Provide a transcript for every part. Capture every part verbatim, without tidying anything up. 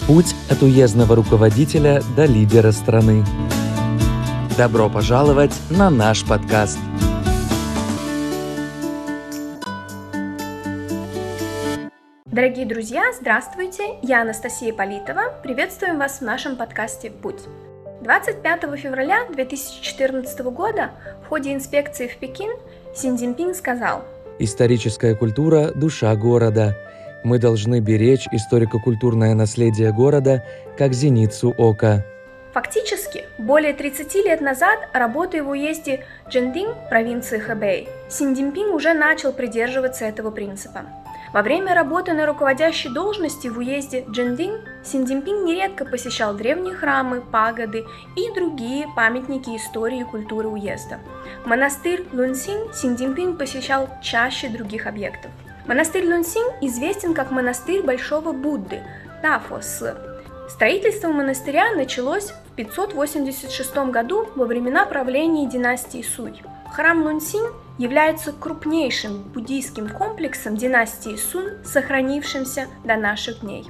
Путь от уездного руководителя до лидера страны. Добро пожаловать на наш подкаст. Дорогие друзья, здравствуйте! Я Анастасия Политова. Приветствуем вас в нашем подкасте «Путь». двадцать пятого февраля две тысячи четырнадцатого года в ходе инспекции в Пекин Си Цзиньпин сказал: «Историческая культура – душа города. Мы должны беречь историко-культурное наследие города как зеницу ока». Фактически, более тридцати лет назад, работая в уезде Чжэндин, провинции Хэбэй, Си Цзиньпин уже начал придерживаться этого принципа. Во время работы на руководящей должности в уезде Чжэндин Си Цзиньпин нередко посещал древние храмы, пагоды и другие памятники истории и культуры уезда. Монастырь Лунсин Си Цзиньпин посещал чаще других объектов. Монастырь Лунсин известен как монастырь Большого Будды, Тафос. Строительство монастыря началось в пятьсот восемьдесят шестом году во времена правления династии Суй. Храм Лунсин является крупнейшим буддийским комплексом династии Сун, сохранившимся до наших дней.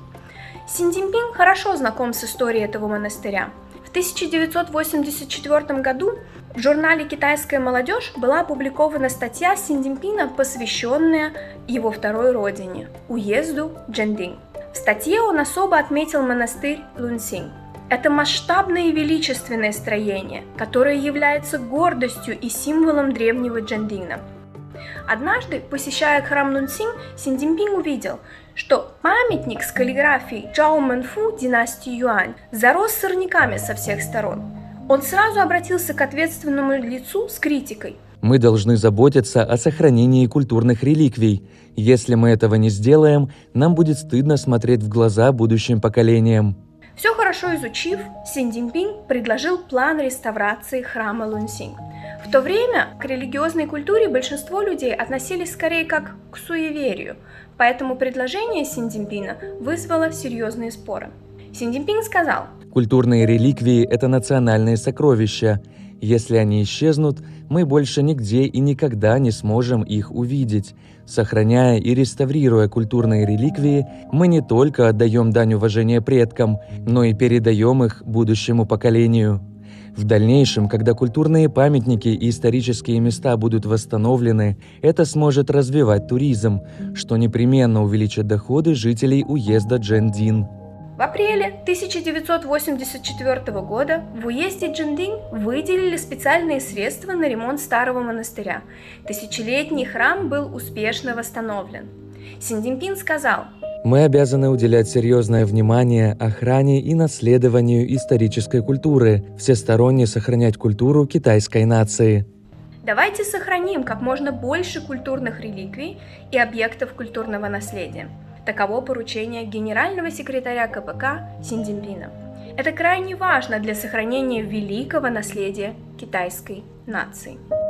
Си Цзиньпин хорошо знаком с историей этого монастыря. В тысяча девятьсот восемьдесят четвёртом году в журнале «Китайская молодежь» была опубликована статья Си Цзиньпина, посвященная его второй родине – уезду Чжэндин. В статье он особо отметил монастырь Лунсин. Это масштабное и величественное строение, которое является гордостью и символом древнего Чжэндина. Однажды, посещая храм Лунсин, Си Цзиньпин увидел, что памятник с каллиграфией Чжао Мэнфу династии Юань зарос сорняками со всех сторон. Он сразу обратился к ответственному лицу с критикой. Мы должны заботиться о сохранении культурных реликвий. Если мы этого не сделаем, нам будет стыдно смотреть в глаза будущим поколениям. Все хорошо изучив, Си Цзиньпин предложил план реставрации храма Лунсин. В то время к религиозной культуре большинство людей относились скорее как к суеверию, поэтому предложение Си Цзиньпина вызвало серьезные споры. Си Цзиньпин сказал: «Культурные реликвии – это национальные сокровища. Если они исчезнут, мы больше нигде и никогда не сможем их увидеть. Сохраняя и реставрируя культурные реликвии, мы не только отдаем дань уважения предкам, но и передаем их будущему поколению. В дальнейшем, когда культурные памятники и исторические места будут восстановлены, это сможет развивать туризм, что непременно увеличит доходы жителей уезда Чжэндин». В апреле тысяча девятьсот восемьдесят четвёртого года в уезде Чжэндин выделили специальные средства на ремонт старого монастыря. Тысячелетний храм был успешно восстановлен. Си Цзиньпин сказал: «Мы обязаны уделять серьезное внимание охране и наследованию исторической культуры, всесторонне сохранять культуру китайской нации». Давайте сохраним как можно больше культурных реликвий и объектов культурного наследия. Таково поручение генерального секретаря Ка Пэ Ка Си Цзиньпина. Это крайне важно для сохранения великого наследия китайской нации.